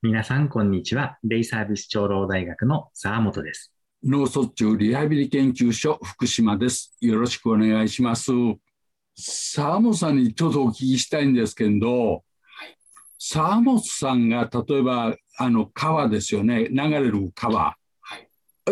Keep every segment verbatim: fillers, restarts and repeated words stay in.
皆さん、こんにちは。デイサービス長老大学の沢本です。 脳卒中リハビリ研究所福島です。よろしくお願いします。沢本さんにちょっとお聞きしたいんですけど、沢本さんが例えばあの川ですよね、流れる川、はい、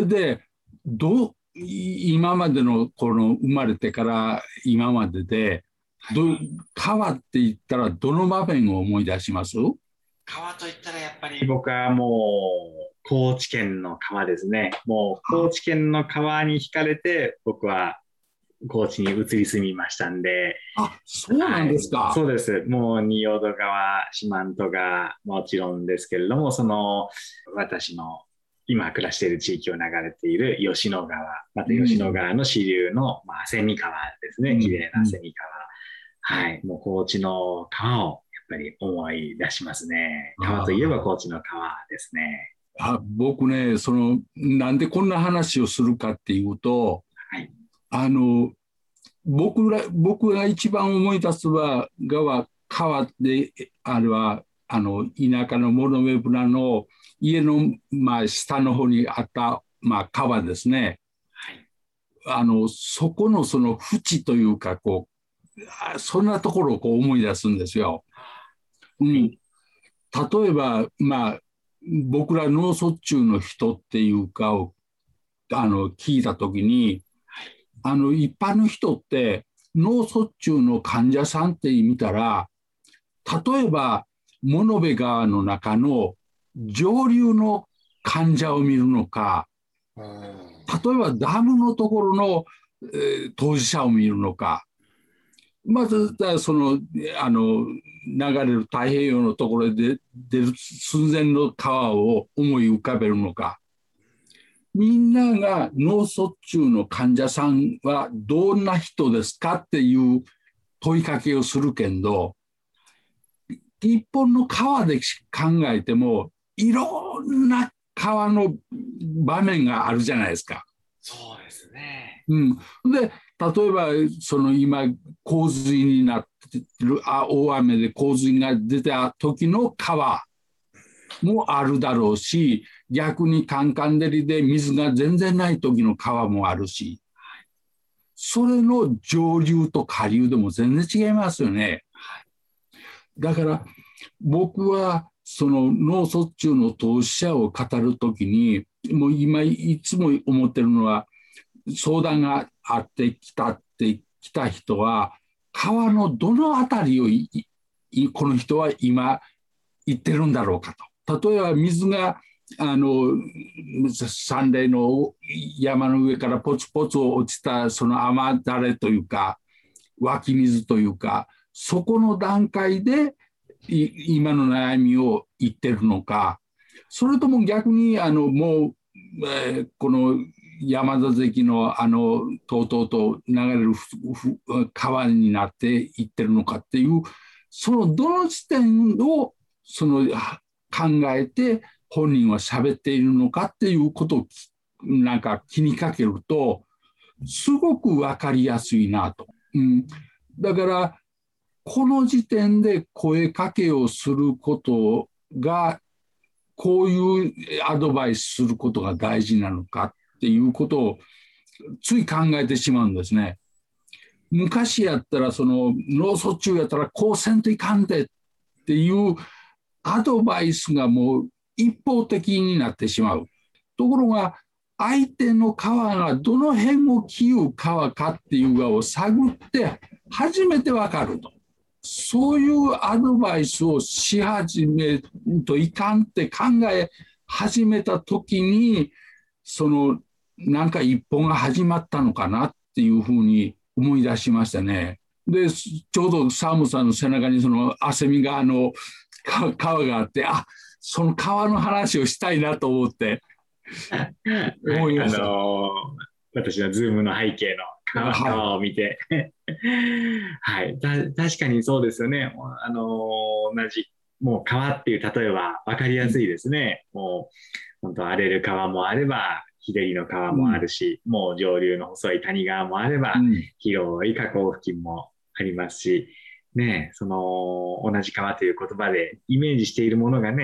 でど今までのこの生まれてから今まででど川って言ったらどの場面を思い出します？ 川といったらやっぱり僕はもう高知県の川ですね。もう高知県の川に惹かれて僕は高知に移り住みましたんで。 あ、そうなんですか。 はい、そうです。もう仁淀川、四万十川もちろんですけれども、その私の今暮らしている地域を流れている吉野川、また吉野川の支流の、まあ、蝉川ですね。綺麗な蝉川。はい。もう高知の川をやっぱり思い出しますね。川といえば高知の川ですね。 あ、僕ね、その、なんでこんな話をするかっていうと、はい、あの、僕ら、僕が一番思い出すは、がは川で、あれは、あの、田舎の物部村の家の、まあ、下の方にあった、まあ、川ですね。はい、あの、そこのその淵というか、こう、そんなところをこう思い出すんですよ。うん。例えば、まあ、僕ら脳卒中の人っていうかをあの聞いたときに、あの一般の人って脳卒中の患者さんって見たら、例えば物部川の中の上流の患者を見るのか、例えばダムのところの、えー、当事者を見るのか、まずそのあの流れる太平洋のところで出る寸前の川を思い浮かべるのか、みんなが脳卒中の患者さんはどんな人ですかっていう問いかけをするけど、一本の川で考えてもいろんな川の場面があるじゃないですか。 そうですね。 うん、で例えばその今洪水になってるあ大雨で洪水が出た時の川もあるだろうし、逆にカンカン照りで水が全然ない時の川もあるし、それの上流と下流でも全然違いますよね。だから僕はその脳卒中の当事者を語るときに、もう今いつも思ってるのは、相談があってきたってきた人は川のどのあたりをこの人は今行ってるんだろうかと。例えば水があの山嶺の山の上からポツポツ落ちたその雨だれというか湧き水というか、そこの段階で今の悩みを言ってるのか、それとも逆にあのもう、えー、この山田関のあのとうとうと流れる川になっていってるのかっていう、そのどの視点をその考えて本人は喋っているのかっていうことをなんか気にかけるとすごく分かりやすいなと。うん、だからこの時点で声かけをすることがこういうアドバイスすることが大事なのかっていうことをつい考えてしまうんですね。昔やったらその脳卒中やったらこうせんといかんでっていうアドバイスがもう一方的になってしまう。ところが相手の川がどの辺を切る川かっていうのを探って初めて分かると。そういうアドバイスをし始めるといかんって考え始めた時に、そのなんか一本が始まったのかなっていうふうに思い出しましたね。でちょうどサーモさんの背中にその汗見川の川があって、あ、その川の話をしたいなと思って思いました。 あのー、私のズームの背景の川、川を見てはい、た確かにそうですよね。あのー、同じもう川っていう例えば分かりやすいですね。もう本当荒れる川もあれば日照りの川もあるし、うん、もう上流の細い谷川もあれば、うん、広い河口付近もありますし、ね、その同じ川という言葉でイメージしているものがね、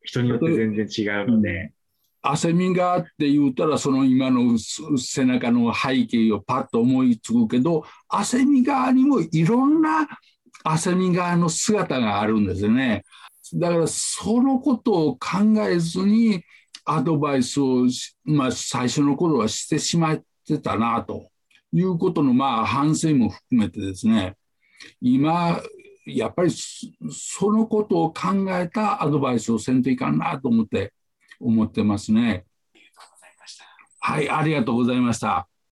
人によって全然違うので。 汗みがって言うたらその今の背中の背景をパッと思いつくけど、汗みがにもいろんな汗みがの姿があるんですよね。だからそのことを考えずにアドバイスを、まあ、最初の頃はしてしまってたなということのまあ反省も含めてですね、今やっぱりそのことを考えたアドバイスをせんといかんなと思って思ってますね。はい、ありがとうございました。